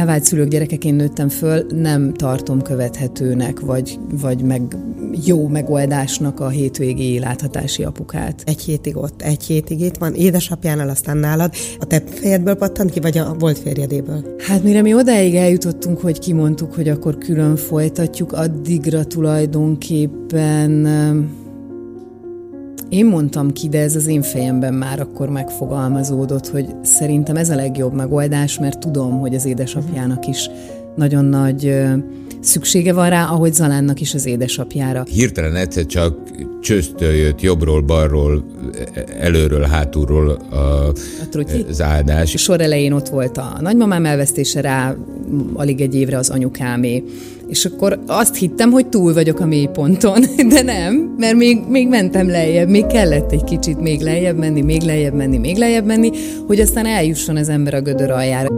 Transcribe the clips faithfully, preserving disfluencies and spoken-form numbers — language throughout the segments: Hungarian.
elvált szülők gyerekeként nőttem föl, nem tartom követhetőnek, vagy, vagy meg jó megoldásnak a hétvégi láthatási apukát. Egy hétig ott, egy hétig itt van, édesapjánál, aztán nálad. A te fejedből pattant ki, vagy a volt férjedéből? Hát mire mi odáig eljutottunk, hogy kimondtuk, hogy akkor külön folytatjuk, addigra tulajdonképpen én mondtam ki, de ez az én fejemben már akkor megfogalmazódott, hogy szerintem ez a legjobb megoldás, mert tudom, hogy az édesapjának is nagyon nagy szüksége van rá, ahogy Zalánnak is az édesapjára. Hirtelen egyszer csak csőztől jött jobbról, balról, előről, hátulról a, az áldás. A sor elején ott volt a nagymamám elvesztése, rá alig egy évre az anyukámé. És akkor azt hittem, hogy túl vagyok a mélyponton, de nem, mert még, még mentem lejjebb, még kellett egy kicsit még lejjebb menni, még lejjebb menni, még lejjebb menni, hogy aztán eljusson az ember a gödör aljára.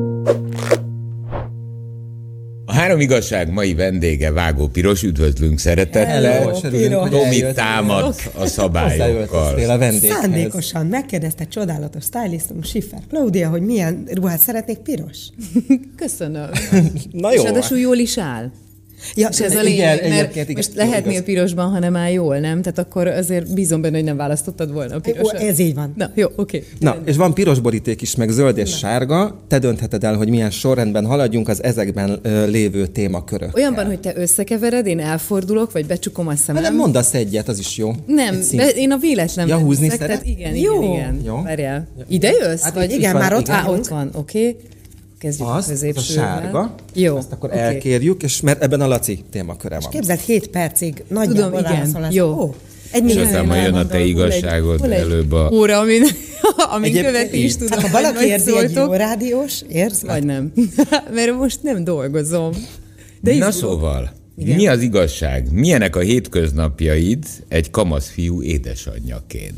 A Három igazság mai vendége Vágó Piros, üdvözlünk szeretettel. Tomi támad a szabályokkal. Szándékosan megkérdezte csodálatos stylistunk Schiffer Klaudia, hogy milyen ruhát szeretnék, piros. Köszönöm. Na jó. És ráadásul jól is áll. Ja, és ez a lényeg, mert igen, most lehetnél pirosban, ha nem áll jól, nem? Tehát akkor azért bízom benne, hogy nem választottad volna a pirosat. Ez így van. Na, jó, oké. Okay. Na, és van piros boríték is, meg zöld és Na. sárga. Te döntheted el, hogy milyen sorrendben haladjunk az ezekben ö, lévő témakörök. Olyanban, hogy te összekevered, én elfordulok, vagy becsukom a szemem. Hát nem mondasz egyet, az is jó. Nem, be, én a véletlenben ja, húzni veszek, tehát igen, jó. igen, igen. Jó. Várjál. Ide jössz? Hát vagy igen, van, már ott igen. van. Á, ott van, oké. Okay. Kezdjük azt, a középsővel. A sárga. Jó. Azt akkor okay. elkérjük, és mert ebben a Laci témaköre van. Képzeld, hét percig nagyjából válaszolás. Jó. Ó, egy és aztán majd jön a te igazságod egy, előbb a... óra, amin, amin követni is tudom. Hát, ha valaki érzi egy jó rádiós, érzi? Vagy nem. Mert most nem dolgozom. De Na szóval, igen. Mi az igazság? Milyenek a hétköznapjaid egy kamasz fiú édesanyjaként?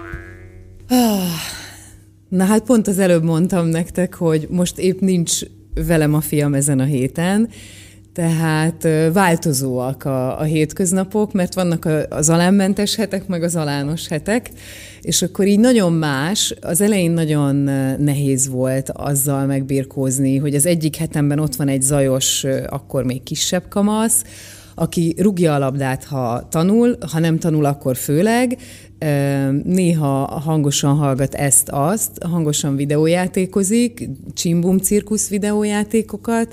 Na hát pont az előbb mondtam nektek, hogy most épp nincs velem a fiam ezen a héten, tehát változóak a, a hétköznapok, mert vannak az alánmentes hetek, meg az alános hetek, és akkor így nagyon más, az elején nagyon nehéz volt azzal megbirkózni, hogy az egyik hetemben ott van egy zajos, akkor még kisebb kamasz, aki rúgja a labdát, ha tanul, ha nem tanul, akkor főleg, néha hangosan hallgat ezt-azt, hangosan videójátékozik, csimbum cirkusz videójátékokat,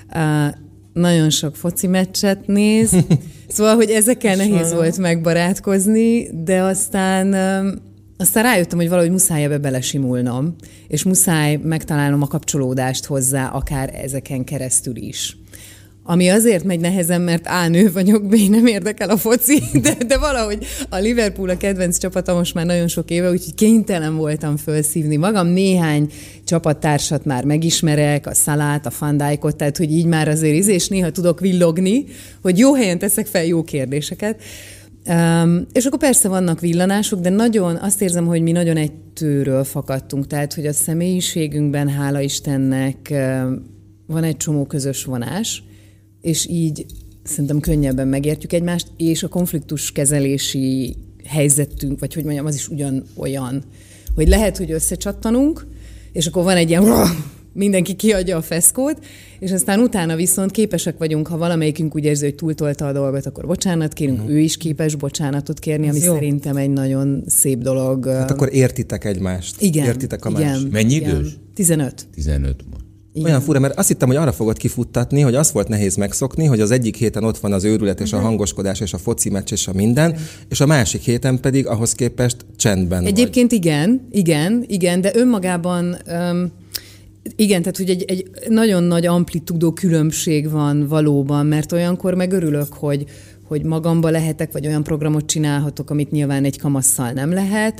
nagyon sok foci meccset néz, szóval, hogy ezekkel nehéz volt megbarátkozni, de aztán, aztán rájöttem, hogy valahogy muszáj ebbe belesimulnom, és muszáj megtalálnom a kapcsolódást hozzá, akár ezeken keresztül is. Ami azért megy nehezen, mert A nő vagyok, B nem érdekel a foci, de, de valahogy a Liverpool a kedvenc csapata most már nagyon sok éve, úgyhogy kénytelen voltam felszívni magam. Néhány csapattársat már megismerek, a Salát, a Van Dijkot, tehát hogy így már azért íz, és néha tudok villogni, hogy jó helyen teszek fel jó kérdéseket. Um, és akkor persze vannak villanások, de nagyon azt érzem, hogy mi nagyon egy tőről fakadtunk, tehát hogy a személyiségünkben, hála Istennek, van egy csomó közös vonás, és így szerintem könnyebben megértjük egymást, és a konfliktuskezelési helyzetünk, vagy hogy mondjam, az is ugyanolyan, hogy lehet, hogy összecsattanunk, és akkor van egy ilyen, mindenki kiadja a feszkót, és aztán utána viszont képesek vagyunk, ha valamelyikünk úgy érzi, hogy túltolta a dolgot, akkor bocsánat kérünk, uh-huh. ő is képes bocsánatot kérni, ami szerintem egy nagyon szép dolog. Hát akkor értitek egymást. Igen. Értitek a igen, más. Mennyi idős? tizenöt. tizenöt most. Igen. Olyan fura, mert azt hittem, hogy arra fogod kifuttatni, hogy azt volt nehéz megszokni, hogy az egyik héten ott van az őrület és a hangoskodás és a foci meccs és a minden, igen. és a másik héten pedig ahhoz képest csendben Egyébként vagy. igen, igen, igen, de önmagában um, igen, tehát hogy egy, egy nagyon nagy amplitúdó különbség van valóban, mert olyankor meg örülök, hogy, hogy magamba lehetek, vagy olyan programot csinálhatok, amit nyilván egy kamasszal nem lehet,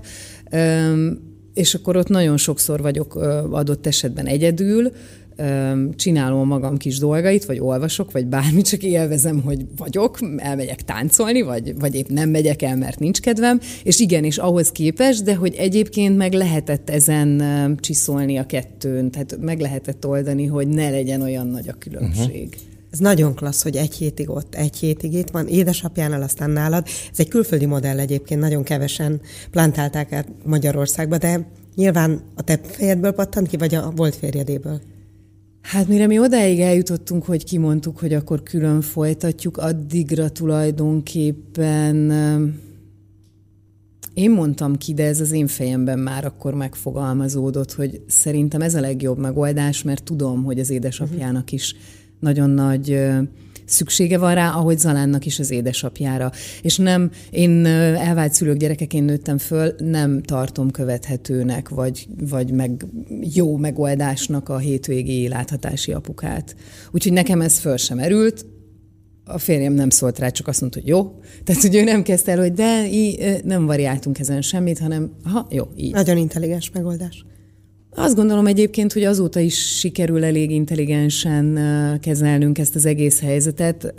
um, és akkor ott nagyon sokszor vagyok adott esetben egyedül, csinálom a magam kis dolgait, vagy olvasok, vagy bármit, csak élvezem, hogy vagyok, elmegyek táncolni, vagy, vagy épp nem megyek el, mert nincs kedvem, és igen, és ahhoz képest, de hogy egyébként meg lehetett ezen csiszolni a kettőn, tehát meg lehetett oldani, hogy ne legyen olyan nagy a különbség. Uh-huh. Ez nagyon klassz, hogy egy hétig ott, egy hétig itt van, édesapjánál, aztán nálad. Ez egy külföldi modell egyébként, nagyon kevesen plantálták át Magyarországba, de nyilván a te fejedből pattant ki, vagy a volt férjedéből? Hát mire mi odáig eljutottunk, hogy kimondtuk, hogy akkor külön folytatjuk, addigra tulajdonképpen én mondtam ki, de ez az én fejemben már akkor megfogalmazódott, hogy szerintem ez a legjobb megoldás, mert tudom, hogy az édesapjának is nagyon nagy szüksége van rá, ahogy Zalánnak is az édesapjára. És nem, én elvált szülők gyerekeként nőttem föl, nem tartom követhetőnek, vagy, vagy meg jó megoldásnak a hétvégi láthatási apukát. Úgyhogy nekem ez föl sem erült. A férjem nem szólt rá, csak azt mondta, hogy jó. Tehát, hogy ő nem kezdte el, hogy de így, nem variáltunk ezen semmit, hanem aha, jó, így. Nagyon intelligens megoldás. Azt gondolom egyébként, hogy azóta is sikerül elég intelligensen kezelnünk ezt az egész helyzetet.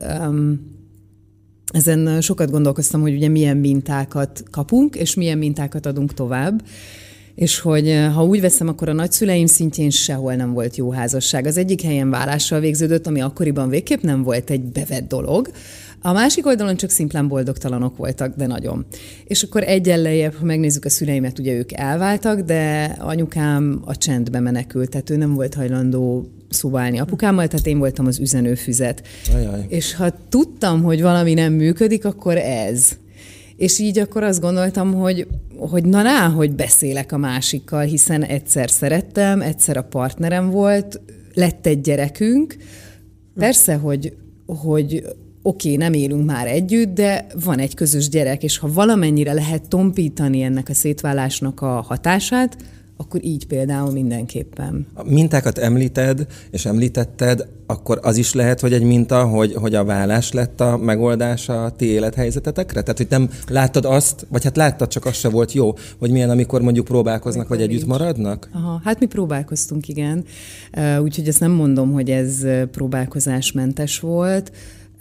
Ezen sokat gondolkoztam, hogy ugye milyen mintákat kapunk, és milyen mintákat adunk tovább. És hogy ha úgy veszem, akkor a nagyszüleim szintjén sehol nem volt jó házasság. Az egyik helyen vállással végződött, ami akkoriban végképp nem volt egy bevett dolog. A másik oldalon csak szimplán boldogtalanok voltak, de nagyon. És akkor egyenlejjebb, ha megnézzük a szüleimet, ugye ők elváltak, de anyukám a csendbe menekült, tehát ő nem volt hajlandó szóba állni apukámmal, tehát én voltam az üzenőfüzet. Ajaj. És ha tudtam, hogy valami nem működik, akkor ez. És így akkor azt gondoltam, hogy, hogy na ná, hogy beszélek a másikkal, hiszen egyszer szerettem, egyszer a partnerem volt, lett egy gyerekünk. Persze, hogy, hogy oké, nem élünk már együtt, de van egy közös gyerek, és ha valamennyire lehet tompítani ennek a szétválásnak a hatását, akkor így például mindenképpen. A mintákat említed, és említetted, akkor az is lehet, hogy egy minta, hogy, hogy a vállás lett a megoldás a ti élethelyzetetekre? Tehát, hogy nem láttad azt, vagy hát láttad, csak az se volt jó, hogy milyen, amikor mondjuk próbálkoznak, amikor vagy nincs. Együtt maradnak? Aha, hát mi próbálkoztunk, igen. Úgyhogy ezt nem mondom, hogy ez próbálkozásmentes volt,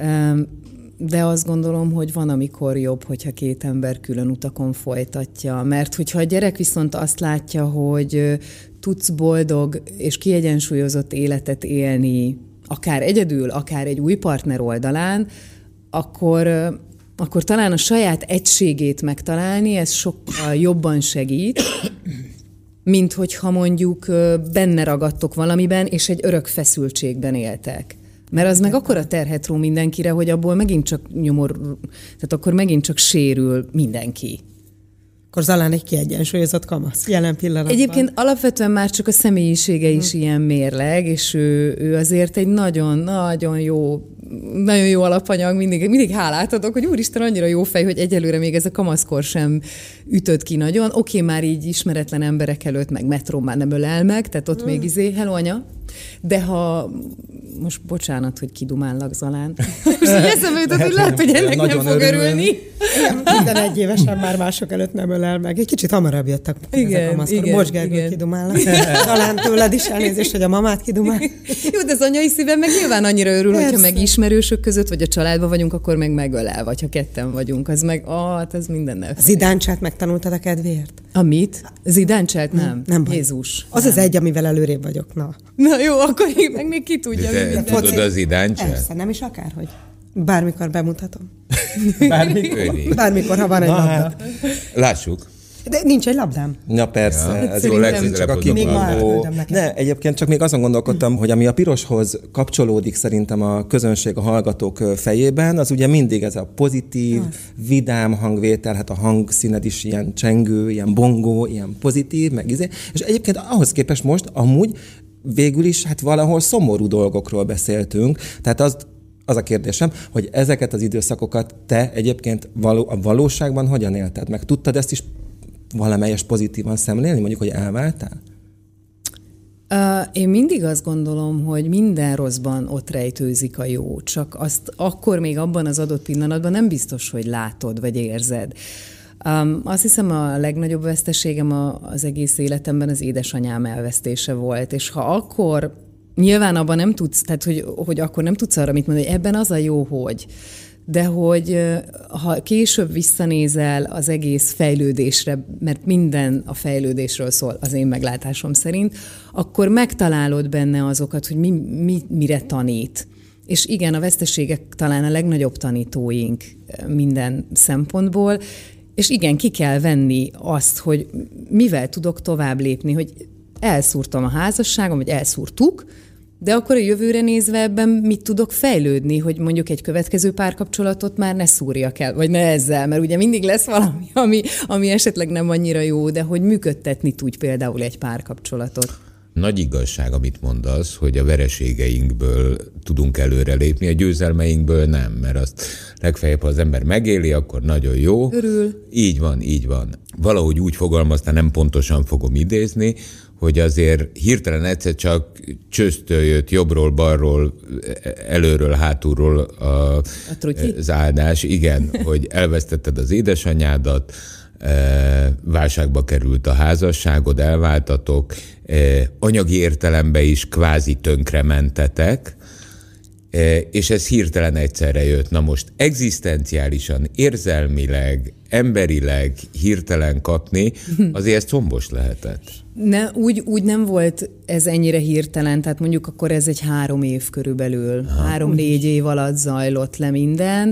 de azt gondolom, hogy van, amikor jobb, hogyha két ember külön utakon folytatja. Mert hogyha a gyerek viszont azt látja, hogy tudsz boldog és kiegyensúlyozott életet élni, akár egyedül, akár egy új partner oldalán, akkor, akkor talán a saját egységét megtalálni, ez sokkal jobban segít, mint hogyha mondjuk benne ragadtok valamiben, és egy örök feszültségben éltek. Mert az meg akkora terhet ró mindenkire, hogy abból megint csak nyomor, tehát akkor megint csak sérül mindenki. Akkor Zalán egy kiegyensúlyozott kamasz jelen pillanatban. Egyébként alapvetően már csak a személyisége is hmm. ilyen mérleg, és ő, ő azért egy nagyon-nagyon jó, nagyon jó alapanyag, mindig, mindig hálát adok, hogy úristen, annyira jó fej, hogy egyelőre még ez a kamaszkor sem ütött ki nagyon. Oké, már így ismeretlen emberek előtt, meg metró már nem ölel meg, tehát ott hmm. még izé, hello anya. De ha, most bocsánat, hogy kidumállak, Zalán. Most így eszembe jutott, hogy lehet, hogy ennek nem fog örülni. tizenegy évesen már mások előtt nem ölel meg. Egy kicsit hamarabb jöttek igen, ezek a maszkor. igen, Bocs, Gergő, kidumállak. Zalán, tőled is elnézést, hogy a mamát kidumál. Jó, de az anyai szívem meg nyilván annyira örül, persze. Hogyha meg ismerősök között, vagy a családban vagyunk, akkor meg megölel, vagy ha ketten vagyunk, az meg, ah, hát ez mindennel. Zidáncsát megtanultad a kedvéért? Amit? Zidáncsát nem. Nem baj. Jézus. Az nem. Az egy, amivel előrébb vagyok, na. Na jó, akkor én meg még ki tudja. De te tudod az Zidáncsát? Persze, nem is akárhogy. Bármikor bemutatom. Bármikor? Bármikor, ha van egy labda. Hát. Lássuk. De nincs egy labdám. Na persze. Ja, ez jó, legközelebb csak a Ne, egyébként csak még azon gondolkodtam, hogy ami a piroshoz kapcsolódik szerintem a közönség, a hallgatók fejében, az ugye mindig ez a pozitív, az. vidám hangvétel, hát a hangszíned is ilyen csengő, ilyen bongó, ilyen pozitív, meg izé. És egyébként ahhoz képest most amúgy végül is hát valahol szomorú dolgokról beszéltünk, tehát az Az a kérdésem, hogy ezeket az időszakokat te egyébként való, a valóságban hogyan élted meg? Tudtad ezt is valamelyes pozitívan szemlélni, mondjuk, hogy elváltál? Uh, én mindig azt gondolom, hogy minden rosszban ott rejtőzik a jó, csak azt akkor még abban az adott pillanatban nem biztos, hogy látod vagy érzed. Um, azt hiszem, a legnagyobb veszteségem a, az egész életemben az édesanyám elvesztése volt, és ha akkor nyilván abban nem tudsz, tehát hogy, hogy akkor nem tudsz arra mit mondani, hogy ebben az a jó, hogy. De hogy ha később visszanézel az egész fejlődésre, mert minden a fejlődésről szól az én meglátásom szerint, akkor megtalálod benne azokat, hogy mi, mi, mire tanít. És igen, a veszteségek talán a legnagyobb tanítóink minden szempontból, és igen, ki kell venni azt, hogy mivel tudok tovább lépni, hogy elszúrtam a házasságom, vagy elszúrtuk, De akkor a jövőre nézve ebben mit tudok fejlődni, hogy mondjuk egy következő párkapcsolatot már ne szúrjak el, vagy ne ezzel, mert ugye mindig lesz valami, ami, ami esetleg nem annyira jó, de hogy működtetni tudj például egy párkapcsolatot. Nagy igazság, amit mondasz, hogy a vereségeinkből tudunk előrelépni, a győzelmeinkből nem, mert azt legfeljebb, ha az ember megéli, akkor nagyon jó. Örül. Így van, így van. Valahogy úgy fogalmazta, nem pontosan fogom idézni, hogy azért hirtelen egyszer csak csőztől jött jobbról, balról, előről, hátulról a, a az áldás. Igen, hogy elvesztetted az édesanyádat, válságba került a házasságod, elváltatok, anyagi értelemben is kvázi tönkrementetek, és ez hirtelen egyszerre jött. Na most egzisztenciálisan, érzelmileg, emberileg hirtelen kapni, azért ez combos lehetett. Ne, úgy, úgy nem volt ez ennyire hirtelen, tehát mondjuk akkor ez egy három év körülbelül, három-négy év alatt zajlott le minden,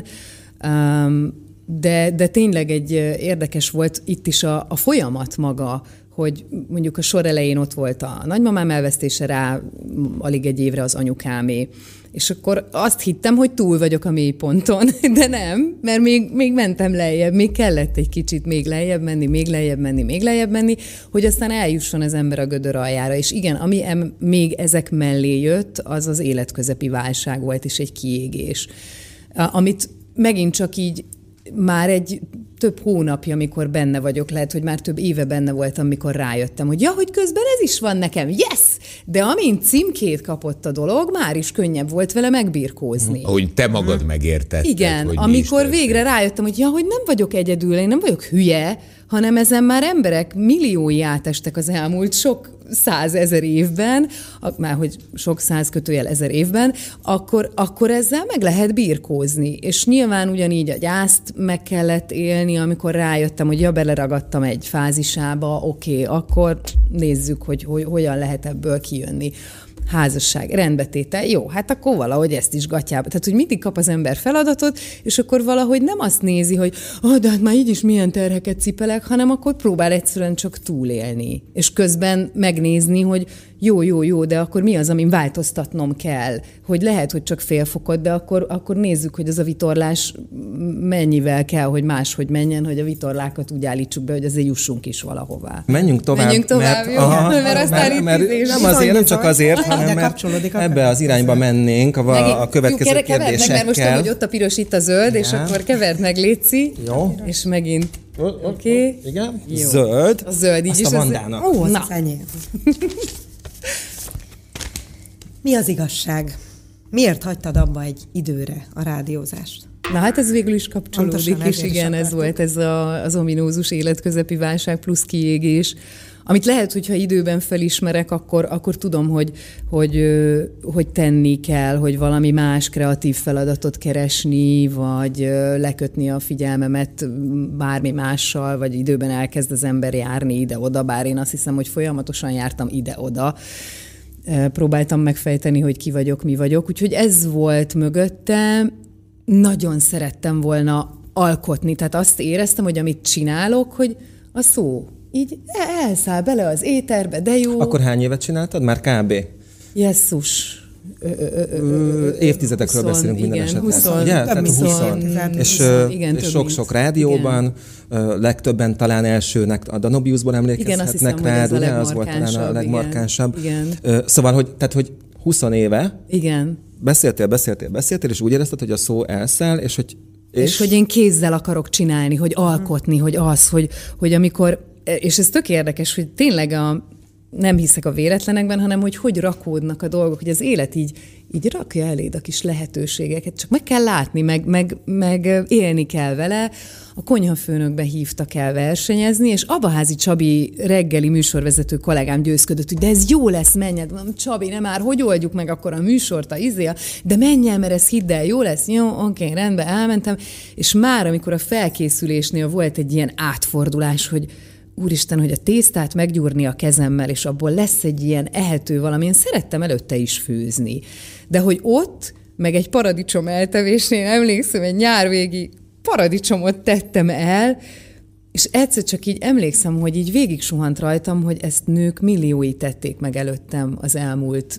um, de, de tényleg egy érdekes volt itt is a, a folyamat maga, hogy mondjuk a sor elején ott volt a nagymamám elvesztése, rá alig egy évre az anyukámé. És akkor azt hittem, hogy túl vagyok a mélyponton, de nem, mert még, még mentem lejjebb, még kellett egy kicsit még lejjebb menni, még lejjebb menni, még lejjebb menni, hogy aztán eljusson az ember a gödör aljára. És igen, ami em, még ezek mellé jött, az az életközepi válság volt, és egy kiégés. Amit megint csak így már egy több hónapja, amikor benne vagyok, lehet, hogy már több éve benne voltam, amikor rájöttem, hogy ja, hogy közben ez is van nekem, yes! De amint címkét kapott a dolog, már is könnyebb volt vele megbirkózni. Ahogy te magad hmm. megértetted. Igen, hogy amikor végre rájöttem, hogy ja, hogy nem vagyok egyedül, én nem vagyok hülye, hanem ezen már emberek milliói átestek az elmúlt sok százezer évben, már hogy sok száz kötőjel ezer évben, akkor, akkor ezzel meg lehet birkózni. És nyilván ugyanígy a gyászt meg kellett élni, amikor rájöttem, hogy ja, beleragadtam egy fázisába, oké, okay, akkor nézzük, hogy, hogy hogyan lehet ebből kijönni. Házasság, rendbetétel, jó, hát akkor valahogy ezt is gatyába. Tehát, hogy mindig kap az ember feladatot, és akkor valahogy nem azt nézi, hogy oh, de hát már így is milyen terheket cipelek, hanem akkor próbál egyszerűen csak túlélni. És közben megnézni, hogy jó, jó, jó, de akkor mi az, amin változtatnom kell? Hogy lehet, hogy csak fél fokot, de akkor, akkor nézzük, hogy az a vitorlás mennyivel kell, hogy máshogy menjen, hogy a vitorlákat úgy állítsuk be, hogy azért jussunk is valahová. Menjünk tovább. Menjünk tovább, mert, aha, mert aztán mert, mert itt nem azért, nem csak azért, hanem mert ebbe az irányba mennénk a, a következő jó, kérdésekkel. Meg, mert most tudom, hogy ott a piros, itt a zöld, ja. És akkor keverd meg, Léci. Jó. És megint. Oké. Okay. Igen. Jó. Zöld. A zöld, így azt is. A Vandának. Ó, az az enyém. Mi az igazság? Miért hagytad abba egy időre a rádiózást? Na hát ez végül is kapcsolódik, és igen, ez volt ez a, az ominózus életközepi válság plusz kiégés, amit lehet, hogyha időben felismerek, akkor, akkor tudom, hogy, hogy, hogy tenni kell, hogy valami más kreatív feladatot keresni, vagy lekötni a figyelmemet bármi mással, vagy időben elkezd az ember járni ide-oda, bár én azt hiszem, hogy folyamatosan jártam ide-oda. Próbáltam megfejteni, hogy ki vagyok, mi vagyok. Úgyhogy ez volt mögötte. Nagyon szerettem volna alkotni. Tehát azt éreztem, hogy amit csinálok, hogy a szó így elszáll bele az éterbe, de jó. Akkor hány évet csináltad? Már kb. Jesszus. Ö, ö, ö, ö, évtizedekről huszon, beszélünk minden igen, esetben. huszon, ugye? Tehát huszon. És, igen, és sok-sok rádióban, igen. Legtöbben talán elsőnek a Danobiusból emlékezhetnek rád, ugye? Az volt talán a legmarkánsabb. Igen. Szóval, hogy, tehát, hogy húsz éve igen. beszéltél, beszéltél, beszéltél, és úgy érezted, hogy a szó elszáll, és hogy... És, és hogy én kézzel akarok csinálni, hogy alkotni, hogy az, hogy, hogy amikor... És ez tök érdekes, hogy tényleg a, nem hiszek a véletlenekben, hanem hogy hogy rakódnak a dolgok, hogy az élet így, így rakja eléd a kis lehetőségeket, csak meg kell látni, meg, meg, meg élni kell vele. A konyhafőnökbe hívtak el versenyezni, és Abaházi Csabi reggeli műsorvezető kollégám győzködött, hogy de ez jó lesz, menjed. Csabi, nem már, hogy oldjuk meg akkor a műsort, a izé, de menj el, mert ez hidd el, jó lesz, jó, oké, rendben, elmentem, és már amikor a felkészülésnél volt egy ilyen átfordulás, hogy úristen, hogy a tésztát meggyúrni a kezemmel, és abból lesz egy ilyen ehető valami. Én szerettem előtte is főzni. De hogy ott, meg egy paradicsom eltevésnél emlékszem, egy nyárvégi paradicsomot tettem el, és egyszer csak így emlékszem, hogy így végig suhant rajtam, hogy ezt nők milliói tették meg előttem az elmúlt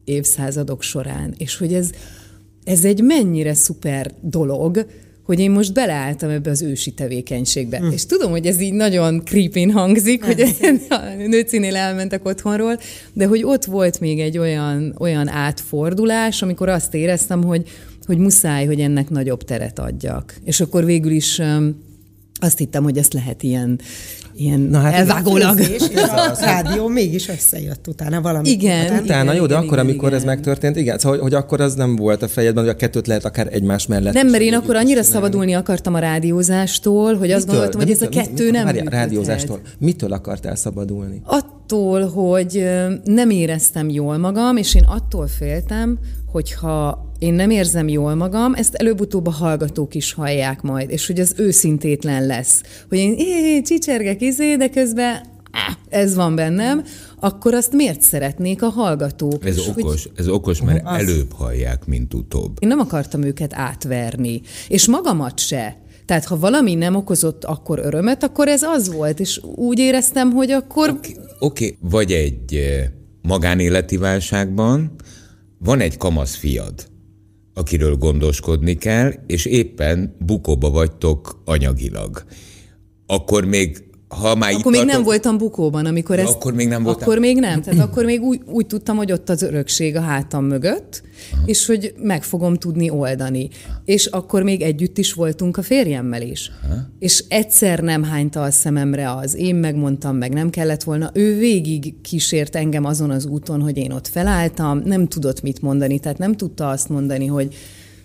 évszázadok során, és hogy ez, ez egy mennyire szuper dolog, hogy én most beleálltam ebbe az ősi tevékenységbe. Mm. És tudom, hogy ez így nagyon creepy hangzik, mm. hogy a nőcinél elmentek otthonról, de hogy ott volt még egy olyan, olyan átfordulás, amikor azt éreztem, hogy, hogy muszáj, hogy ennek nagyobb teret adjak. És akkor végül is um, azt hittem, hogy ezt lehet ilyen, ilyen Na, hát elvágólag. És a rádió mégis összejött utána valami. Igen. Utána, utána igen, jó, de igen, akkor, igen, amikor igen. ez megtörtént, igen, szóval, hogy akkor az nem volt a fejedben, hogy a kettőt lehet akár egymás mellett. Nem, mert én akkor annyira szabadulni akartam a rádiózástól, hogy azt gondoltam, hogy ez a kettő nem működhet. Rádiózástól. Mitől akartál szabadulni? Attól, hogy nem éreztem jól magam, és én attól féltem, hogyha én nem érzem jól magam, ezt előbb-utóbb a hallgatók is hallják majd, és hogy az őszintétlen lesz. Hogy én é, csicsergek izé, de közben á, ez van bennem, akkor azt miért szeretnék a hallgatók? Ez és okos, hogy... ez okos, mert az... előbb hallják, mint utóbb. Én nem akartam őket átverni, és magamat se. Tehát ha valami nem okozott akkor örömet, akkor ez az volt, és úgy éreztem, hogy akkor... Oké, okay, okay. Vagy egy magánéleti válságban van egy kamasz fiad, akiről gondoskodni kell, és éppen bukóba vagytok anyagilag. Akkor még, ha már Akkor itt még tartok, nem voltam bukóban, amikor ezt... Akkor még nem voltam. Akkor még nem. Tehát akkor még úgy, úgy tudtam, hogy ott az örökség a hátam mögött, aha. és hogy meg fogom tudni oldani. Aha. És akkor még együtt is voltunk a férjemmel is. Aha. És egyszer nem hányta a szememre az, én megmondtam, meg nem kellett volna. Ő végig kísért engem azon az úton, hogy én ott felálltam, nem tudott mit mondani, tehát nem tudta azt mondani, hogy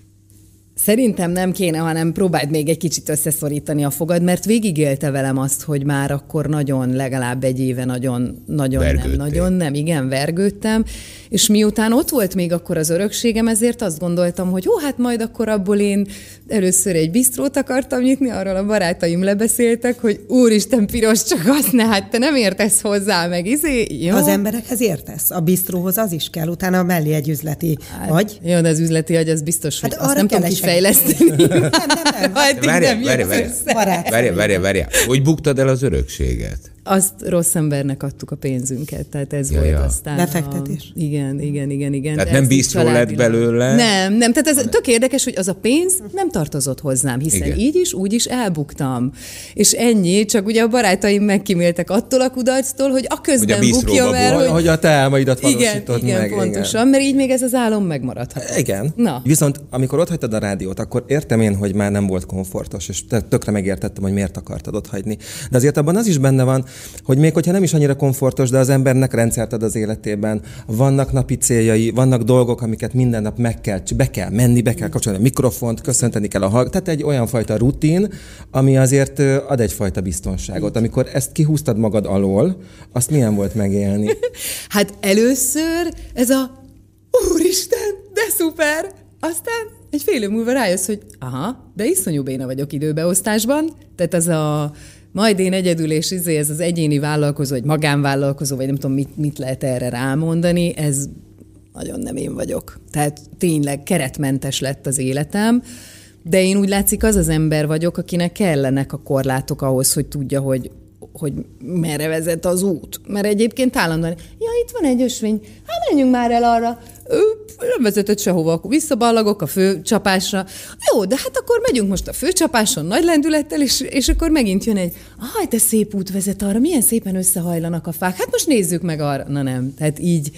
szerintem nem kéne, hanem próbáld még egy kicsit összeszorítani a fogad, mert végigélte velem azt, hogy már akkor nagyon, legalább egy éve nagyon, nagyon nem, nagyon nem, igen, vergődtem, és miután ott volt még akkor az örökségem, ezért azt gondoltam, hogy jó, hát majd akkor abból én először egy bistrót akartam nyitni, arról a barátaim lebeszéltek, hogy úristen, Piros, csak azt ne, hát te nem értesz hozzá, meg izé, jó. Az emberekhez értesz, a bistróhoz az is kell, utána mellé egy üzleti hát, agy. Jó, de az üzleti agy, az biztos, hogy hát azt nem tudom kifejleszteni. Nem, nem, nem. Várjál, várjál, várjál, várjál. Hogy buktad el az örökséget? Azt rossz embernek adtuk a pénzünket, tehát ez ja, volt ja. aztán. Befektetés. A... Igen, igen, igen, igen. Tehát nem bistró lett belőle? Nem, nem, tehát ez tök érdekes, hogy az a pénz nem tartozott hozzám, hiszen igen. így is, úgy is elbuktam. És ennyi, csak ugye a barátaim megkíméltek attól a kudarctól, hogy a közben hogy a bukja, mert... Hogy, hogy a te álmaidat valósítod igen, meg. Igen, pontosan, igen. mert így még ez az álom megmaradhat. Igen. Na. Viszont amikor ott hagytad a rádiót, akkor értem én, hogy már nem volt komfortos, és tökre megértettem, hogy miért akartad ott hagyni. De azért abban az is benne van, hogy még hogyha nem is annyira komfortos, de az embernek rendszert ad az életében, vannak napi céljai, vannak dolgok, amiket minden nap meg kell, be kell menni, be kell kapcsolni a mikrofont, köszönteni kell a hallgatót. Tehát egy olyan fajta rutin, ami azért ad egyfajta biztonságot. Amikor ezt kihúztad magad alól, azt milyen volt megélni? Hát először ez a úristen, de szuper! Aztán egy fél év múlva rájössz, hogy aha, de iszonyú béna vagyok időbeosztásban, tehát az a majd én egyedül, és izé, ez az egyéni vállalkozó, vagy magánvállalkozó, vagy nem tudom, mit, mit lehet erre rámondani, ez nagyon nem én vagyok. Tehát tényleg keretmentes lett az életem, de én úgy látszik az az ember vagyok, akinek kellenek a korlátok ahhoz, hogy tudja, hogy, hogy merre vezet az út. Mert egyébként állandóan, ja, itt van egy ösvény, hát menjünk már el arra, nem vezetett sehova, akkor visszaballagok a főcsapásra. Jó, de hát akkor megyünk most a főcsapáson nagy lendülettel, és, és akkor megint jön egy, aj, de szép út vezet arra, milyen szépen összehajlanak a fák, hát most nézzük meg arra. Na nem, tehát így,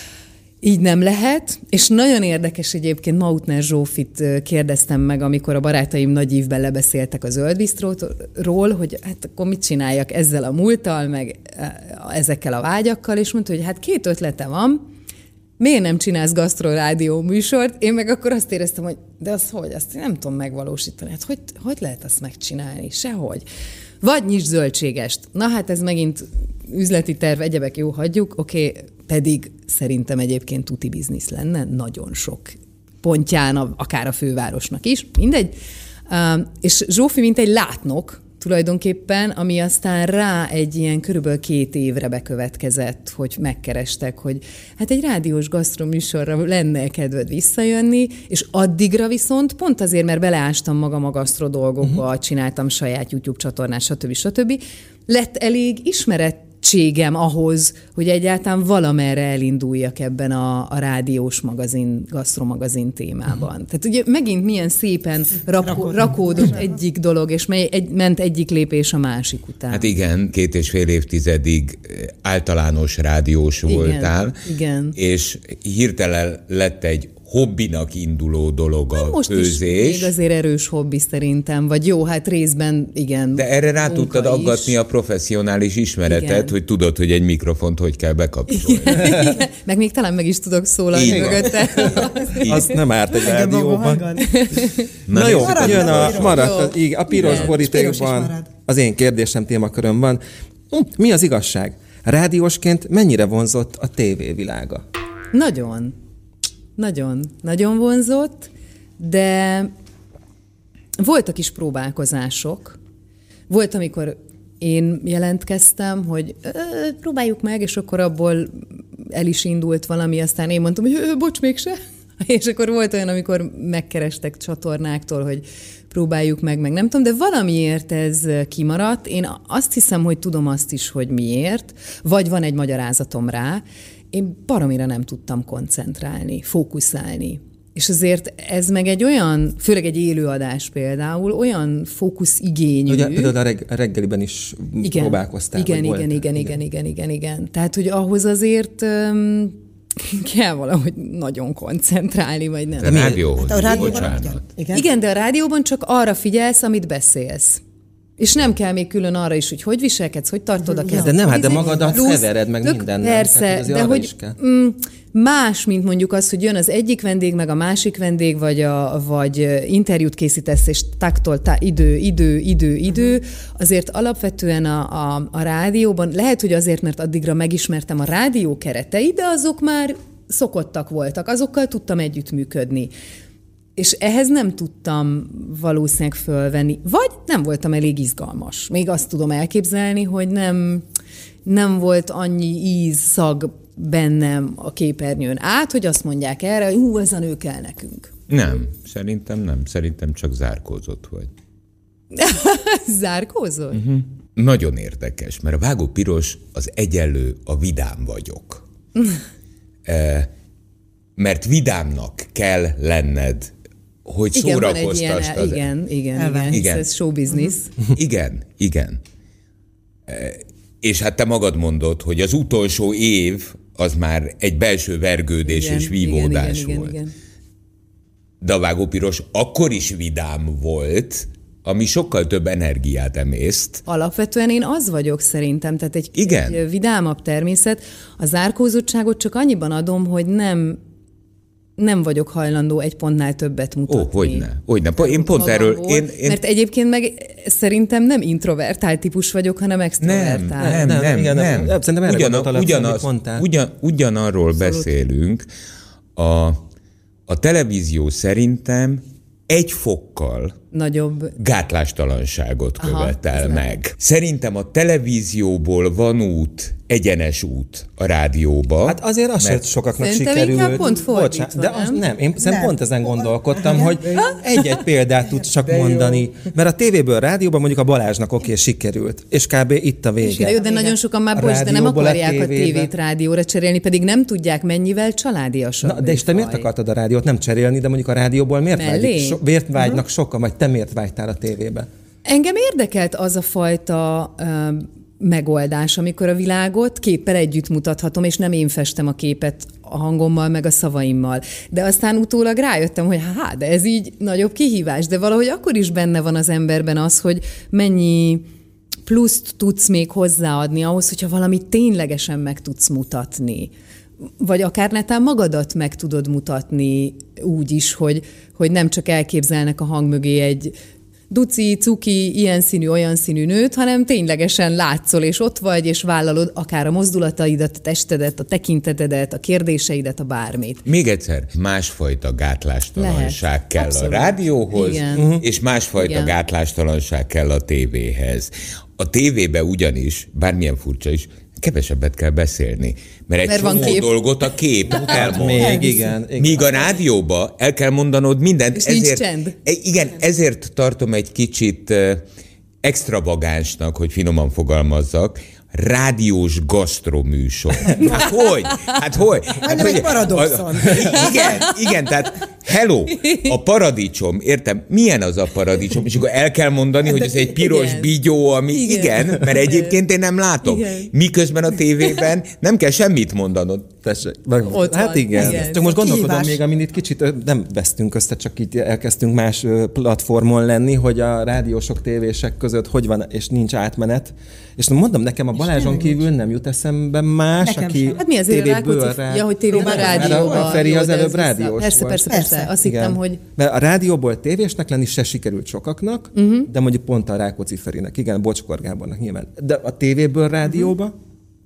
így nem lehet, és nagyon érdekes egyébként, Mautner Zsófit kérdeztem meg, amikor a barátaim nagy ívben lebeszéltek a Zöld Bistróról, hogy hát akkor mit csináljak ezzel a múlttal, meg ezekkel a vágyakkal, és mondta, hogy hát két ötlete van, miért nem csinálsz gasztrorádió műsort? Én meg akkor azt éreztem, hogy de az hogy, azt nem tudom megvalósítani. Hát hogy, hogy lehet azt megcsinálni? Sehogy. Vagy nyisd zöldségest. Na hát ez megint üzleti terv, egyebek, jó, hagyjuk, oké, okay, pedig szerintem egyébként tuti biznisz lenne, nagyon sok pontján, akár a fővárosnak is, mindegy. Uh, és Zsófi mint egy látnok, tulajdonképpen, ami aztán rá egy ilyen körülbelül két évre bekövetkezett, hogy megkerestek, hogy hát egy rádiós gasztroműsorra lenne kedved visszajönni, és addigra viszont pont azért, mert beleástam magam a gasztro dolgokba, uh-huh. csináltam saját YouTube csatornát, stb. stb. Lett elég ismeret, tehetségem ahhoz, hogy egyáltalán valamerre elinduljak ebben a, a rádiós magazin, gasztromagazin témában. Uh-huh. Tehát ugye megint milyen szépen rakó, rakódott egyik dolog, és mely, egy, ment egyik lépés a másik után. Hát igen, két és fél évtizedig általános rádiós igen, voltál, igen. és hirtelen lett egy hobbinak induló dolog a most főzés. Is még azért erős hobbi szerintem, vagy jó, hát részben igen. De erre rá tudtad is aggatni a professzionális ismeretet, igen. hogy tudod, hogy egy mikrofont hogy kell bekapcsolni. Igen. Meg még talán meg is tudok szólalni mögötte. Az nem árt egy rádióban. Na, Na jó, jön a maradt, a piros borítékban. Az én kérdésem témaköröm van. Mi az igazság? Rádiósként mennyire vonzott a tévévilága? Nagyon. Nagyon, nagyon vonzott, de voltak is próbálkozások. Volt, amikor én jelentkeztem, hogy próbáljuk meg, és akkor abból el is indult valami, aztán én mondtam, hogy bocs, mégse. És akkor volt olyan, amikor megkerestek csatornáktól, hogy próbáljuk meg, meg nem tudom, de valamiért ez kimaradt. Én azt hiszem, hogy tudom azt is, hogy miért, vagy van egy magyarázatom rá. Én baromira nem tudtam koncentrálni, fókuszálni. És azért ez meg egy olyan, főleg egy élőadás például, olyan fókuszigényű. Ugye például a, reg- a reggeliben is igen, próbálkoztál. Igen, igen, igen, igen, igen, igen, igen, igen. Tehát, hogy ahhoz azért um, kell valahogy nagyon koncentrálni, vagy nem. A rádióhoz, hát a rádióban igen. igen, de a rádióban csak arra figyelsz, amit beszélsz. És nem kell még külön arra is, hogy hogy viselkedsz, hogy tartod a kezed. De nem, hát de magadat hevered meg minden. Persze, tehát, de hogy mm, más, mint mondjuk az, hogy jön az egyik vendég, meg a másik vendég, vagy, a, vagy interjút készítesz, és taktól tá, idő, idő, idő, idő. Uh-huh. Azért alapvetően a, a, a rádióban, lehet, hogy azért, mert addigra megismertem a rádió kereteit, de azok már szokottak voltak, azokkal tudtam együttműködni. És ehhez nem tudtam valószínűleg fölvenni. Vagy nem voltam elég izgalmas. Még azt tudom elképzelni, hogy nem, nem volt annyi íz, szag bennem a képernyőn át, hogy azt mondják erre, hogy hú, ez a nő kell nekünk. Nem, szerintem nem. Szerintem csak zárkózott vagy. Zárkózott? Uh-huh. Nagyon érdekes, mert a Vágó Piros az egyenlő a vidám vagyok. e, mert vidámnak kell lenned, hogy igen, szórakoztasd. Az... Igen, igen, igen, igen. Ez show business. Igen, igen. E, és hát te magad mondod, hogy az utolsó év az már egy belső vergődés igen, és vívódás igen, volt. Igen, igen, igen. De a Vágó Piros akkor is vidám volt, ami sokkal több energiát emészt. Alapvetően én az vagyok szerintem, tehát egy, igen. egy vidámabb természet. A zárkózottságot csak annyiban adom, hogy nem nem vagyok hajlandó egy pontnál többet mutatni. Ó, hogyne, hogyne. Én pont erről... Én, én... Mert egyébként meg szerintem nem introvertált típus vagyok, hanem extrovertált. Nem, nem, nem. igen, nem. nem. Szerintem erre Ugyan, gondolt, ugyanaz, ugyan, ugyanarról Abszolút. beszélünk. A, a televízió szerintem egy fokkal nagyobb gátlástalanságot követel Aha, meg. Nem. Szerintem a televízióból van út, egyenes út a rádióba. Hát azért az sem sokaknak szerintem sikerült. Szerintem pont fordítva, Bocsánat, de az nem. Én nem. pont ezen gondolkodtam, nem. hogy egy-egy példát tudsz csak de mondani. Jó. Mert a tévéből, rádióban mondjuk a Balázsnak oké, sikerült. És kb. Itt a vége. De, jó, de nagyon sokan már bocs, de nem akarják a, a tévét rádióra cserélni, pedig nem tudják, mennyivel családiasabb. Na, de és te miért akartad a rádiót nem cserélni, de mondjuk a rádióból miért, vágyik, so, miért vágynak uh-huh. sokan, vagy te miért vágytál a tévébe? Engem érdekelt az a fajta uh, megoldás, amikor a világot képpel együtt mutathatom, és nem én festem a képet a hangommal, meg a szavaimmal. De aztán utólag rájöttem, hogy hát, de ez így nagyobb kihívás, de valahogy akkor is benne van az emberben az, hogy mennyi pluszt tudsz még hozzáadni ahhoz, hogyha valamit ténylegesen meg tudsz mutatni. Vagy akár netán magadat meg tudod mutatni úgy is, hogy, hogy nem csak elképzelnek a hang mögé egy duci, cuki, ilyen színű, olyan színű nőt, hanem ténylegesen látszol, és ott vagy, és vállalod akár a mozdulataidat, a testedet, a tekintetedet, a kérdéseidet, a bármit. Még egyszer, másfajta gátlástalanság Lehet. kell Abszolút. a rádióhoz, Igen. és másfajta Igen. gátlástalanság kell a tévéhez. A tévébe ugyanis, bármilyen furcsa is, kevesebbet kell beszélni, mert egy mert csomó dolgot a kép elmond. Még, igen, igen. Míg a rádióba el kell mondanod mindent. És ezért, nincs csend. Igen, ezért tartom egy kicsit extravagánsnak, hogy finoman fogalmazzak, rádiós gasztroműsor. Hát hogy? Hát hogy? Hát egy paradoxon. Igen, igen, tehát hello, a paradicsom, értem, milyen az a paradicsom? És akkor el kell mondani, hogy ez egy piros igen. Bigyó, ami igen, igen mert egyébként én nem látom. Igen. Miközben a tévében nem kell semmit mondanod. Tessék, ott hát van, igen. igen. Csak most gondolkodom még, amin itt kicsit nem vesztünk össze, csak így elkezdtünk más platformon lenni, hogy a rádiósok, tévések között hogy van, és nincs átmenet. És mondom, nekem a Balázson kívül nem jut eszembe más, nekem aki sem. Hát mi azért tévéből rá... Ja, hogy tévében, rádióban. A Feri az előbb rádiós persze, volt. Persze, persze, persze. Azt igen. hittem, hogy... Mert a rádióból tévésnek lenni se sikerült sokaknak, uh-huh. de mondjuk pont a Rákóczi Ferinek, igen, Bocskor Gábornak nyilván. De a tévéből rádióba... Uh-huh.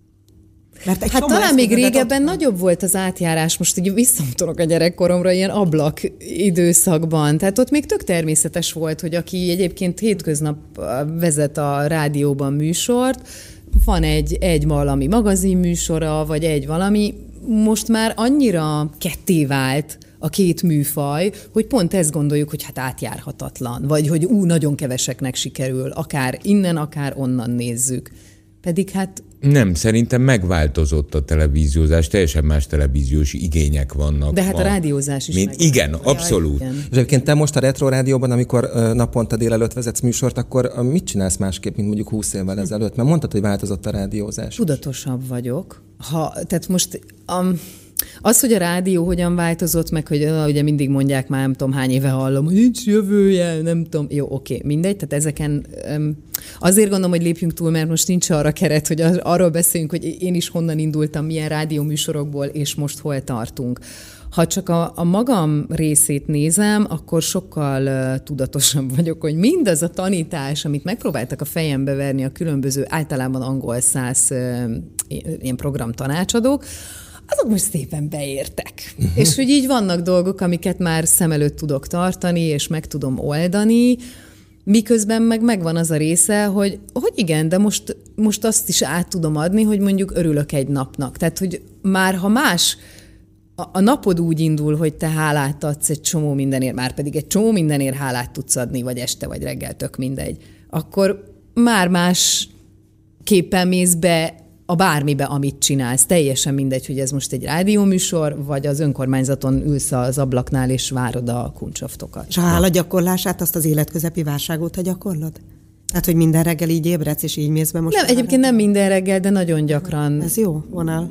Mert hát talán még régebben ott... nagyobb volt az átjárás, most így visszautolok a gyerekkoromra ilyen ablak időszakban. Tehát ott még tök természetes volt, hogy aki egyébként hétköznap vezet a rádióban műsort, van egy, egy valami magazinműsora, vagy egy valami, most már annyira ketté vált a két műfaj, hogy pont ezt gondoljuk, hogy hát átjárhatatlan, vagy hogy ú, nagyon keveseknek sikerül, akár innen, akár onnan nézzük. Pedig hát... Nem, szerintem megváltozott a televíziózás, teljesen más televíziós igények vannak. De hát ma. A rádiózás is Mint, Igen, abszolút. Ja, igen. És egyébként te most a Retro Rádióban, amikor naponta délelőtt vezetsz műsort, akkor mit csinálsz másképp, mint mondjuk húsz évvel ezelőtt? Mert mondtad, hogy változott a rádiózás. Tudatosabb vagyok. Ha, tehát most... Um, Az, hogy a rádió hogyan változott, meg hogy ugye mindig mondják már, nem tudom hány éve hallom, hogy nincs jövője, nem tudom. Jó, oké, mindegy. Tehát ezeken um, azért gondolom, hogy lépjünk túl, mert most nincs arra keret, hogy az, arról beszéljünk, hogy én is honnan indultam, milyen rádióműsorokból, és most hol tartunk. Ha csak a, a magam részét nézem, akkor sokkal uh, tudatosabb vagyok, hogy mindaz a tanítás, amit megpróbáltak a fejembe verni a különböző, általában angol száz uh, ilyen programtanácsadók, azok most szépen beértek. Uh-huh. És hogy így vannak dolgok, amiket már szem előtt tudok tartani, és meg tudom oldani, miközben meg megvan az a része, hogy, hogy igen, de most, most azt is át tudom adni, hogy mondjuk örülök egy napnak. Tehát, hogy már ha más, a, a napod úgy indul, hogy te hálát adsz egy csomó mindenért, már pedig egy csomó mindenért hálát tudsz adni, vagy este, vagy reggel, tök mindegy, akkor már más képpen mész be a bármibe, amit csinálsz. Teljesen mindegy, hogy ez most egy rádióműsor, vagy az önkormányzaton ülsz az ablaknál, és várod a kuncsaftokat. És a hálagyakorlását, azt az életközepi válságot, ha gyakorlod? Hát, hogy minden reggel így ébredsz, és így mész be most? Nem, egyébként nem minden reggel, de nagyon gyakran. Ez jó vonal.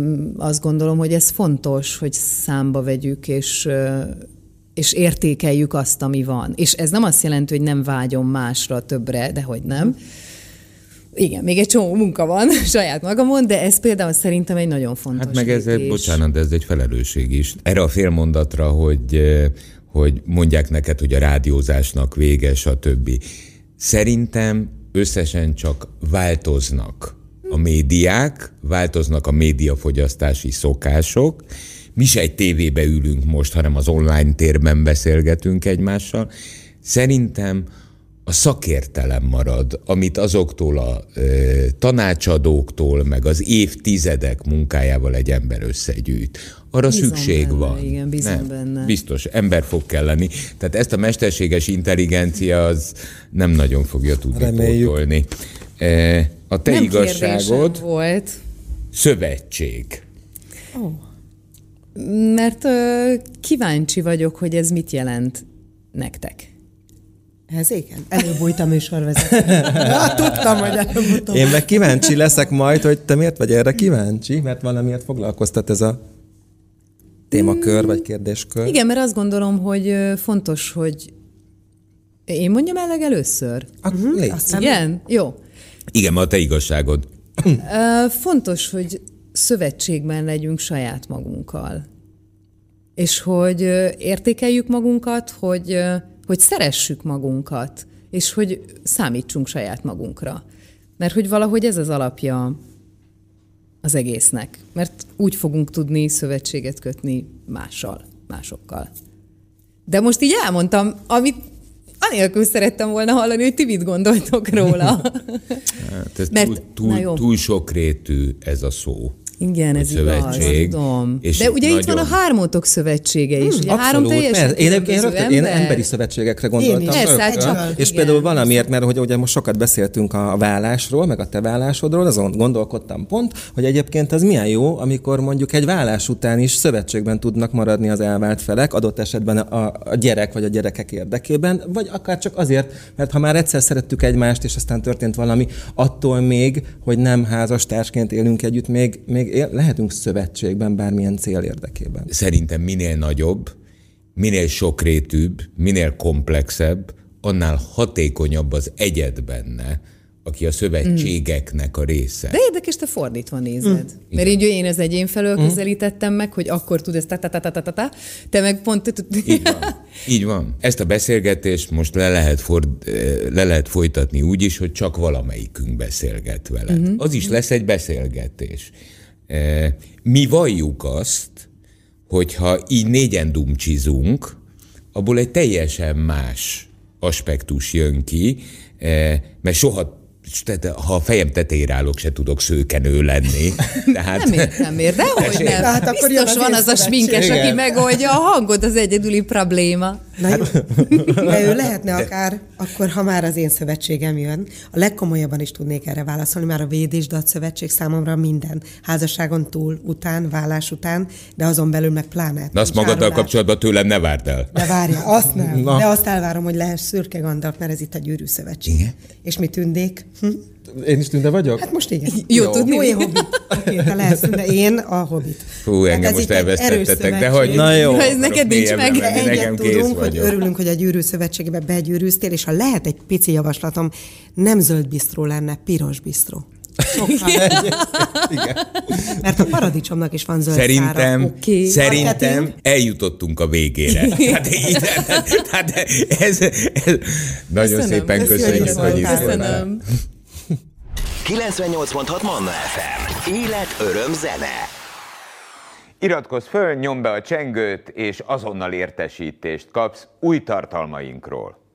Azt gondolom, hogy ez fontos, hogy számba vegyük, és, és értékeljük azt, ami van. És ez nem azt jelenti, hogy nem vágyom másra, többre, de hogy nem. Igen, még egy csomó munka van saját magamon, de ez például szerintem egy nagyon fontos. Hát meg ez, egy, bocsánat, de ez egy felelősség is. Erre a félmondatra, hogy, hogy mondják neked, hogy a rádiózásnak vége, stb. Szerintem összesen csak változnak a médiák, változnak a médiafogyasztási szokások. Mi se egy tévébe ülünk most, hanem az online térben beszélgetünk egymással. Szerintem a szakértelem marad, amit azoktól a e, tanácsadóktól, meg az évtizedek munkájával egy ember összegyűjt. Arra bízom szükség benne, van. Igen, bízom nem, benne. Biztos, ember fog kelleni. Tehát ezt a mesterséges intelligencia az nem nagyon fogja tudni pótolni. E, a te nem igazságod volt. Szövetség. Oh. Mert ö, kíváncsi vagyok, hogy ez mit jelent nektek. Ez igen. Előbújt a műsorvezető. Ja, tudtam, hogy előbújtam. Én meg kíváncsi leszek majd, hogy te miért vagy erre kíváncsi, mert valamiért foglalkoztat ez a témakör, vagy kérdéskör. Igen, mert azt gondolom, hogy fontos, hogy én mondjam el legelőször. Uh-huh. Uh-huh. Igen? Jó. Igen, ma a te igazságod. Fontos, hogy szövetségben legyünk saját magunkkal. És hogy értékeljük magunkat, hogy hogy szeressük magunkat, és hogy számítsunk saját magunkra. Mert hogy valahogy ez az alapja az egésznek. Mert úgy fogunk tudni szövetséget kötni mással, másokkal. De most így elmondtam, amit anélkül szerettem volna hallani, hogy ti mit gondoltok róla. Hát ez Mert, túl, túl, túl sokrétű ez a szó. Igen, ez szövetség. Igaz, tudom. És de ugye nagyon... itt van a Hármótok Szövetsége is. Hmm, ugye három teljesen én, én, különböző én, én emberi szövetségekre gondoltam. Én is. Persze, hát csak, és igen. például valamiért, mert hogy ugye most sokat beszéltünk a vállásról, meg a te vállásodról, azon gondolkodtam pont, hogy egyébként az milyen jó, amikor mondjuk egy vállás után is szövetségben tudnak maradni az elvált felek, adott esetben a, a gyerek vagy a gyerekek érdekében, vagy akár csak azért, mert ha már egyszer szerettük egymást, és aztán történt valami, attól még, hogy nem házastársként élünk együtt, még, még él, lehetünk szövetségben bármilyen cél érdekében. Szerintem minél nagyobb, minél sokrétűbb, minél komplexebb, annál hatékonyabb az egyed benne, aki a szövetségeknek a része. De érdekes, te fordítva nézed. Mm. Mert így én az egyén felől mm. közelítettem meg, hogy akkor tud ezt ta-ta-ta-ta-ta-ta, te meg pont... Így van. Így van. Ezt a beszélgetést most le lehet, ford, le lehet folytatni úgy is, hogy csak valamelyikünk beszélget veled. Mm-hmm. Az is lesz egy beszélgetés. Mi valljuk azt, hogyha így négyen dumcsizunk, abból egy teljesen más aspektus jön ki, mert soha, ha a fejem tetejére állok, se tudok szőkenő lenni. Tehát... Nem értem, miért? Dehogy nem. Hát akkor biztos van az a sminkes, igen, aki megoldja a hangod, az egyedüli probléma. Na jó, de ő lehetne akár, akkor ha már az én szövetségem jön, a legkomolyabban is tudnék erre válaszolni, már a Védésdat szövetség számomra minden. Házasságon túl, után, vállás után, de azon belül meg pláne. Na azt magaddal árulás. Kapcsolatban tőlem ne várd el. De várja, azt nem. Na. De azt elvárom, hogy lehess Szürke Gandalf, mert ez itt a Gyűrű Szövetség. Igen? És mi Tündék? Hm? Én is Tünde vagyok? Hát most igen. Jó, jó tudni. Jó, én Hobbit. Te lehetsz Tünde, én a Hobbit. Fú, engem hát most elvesztettetek, de hogy... Na jó. Ha ez neked nincs meg. Egyet tudunk, hogy örülünk, hogy a Gyűrű Szövetségbe begyűrűztél, és ha lehet egy pici javaslatom, nem zöld bisztró lenne, piros bisztró. Igen. Mert a paradicsomnak is van zöld Szerintem, szára. Okay. szerintem eljutottunk a végére. Hát, hát ez, ez, nagyon köszönöm. Szépen köszönjük, hogy itt Köszönöm. kilencvennyolc pont hat Manna ef em. Élet, öröm, zene. Iratkozz föl, nyomd be a csengőt, és azonnal értesítést kapsz új tartalmainkról.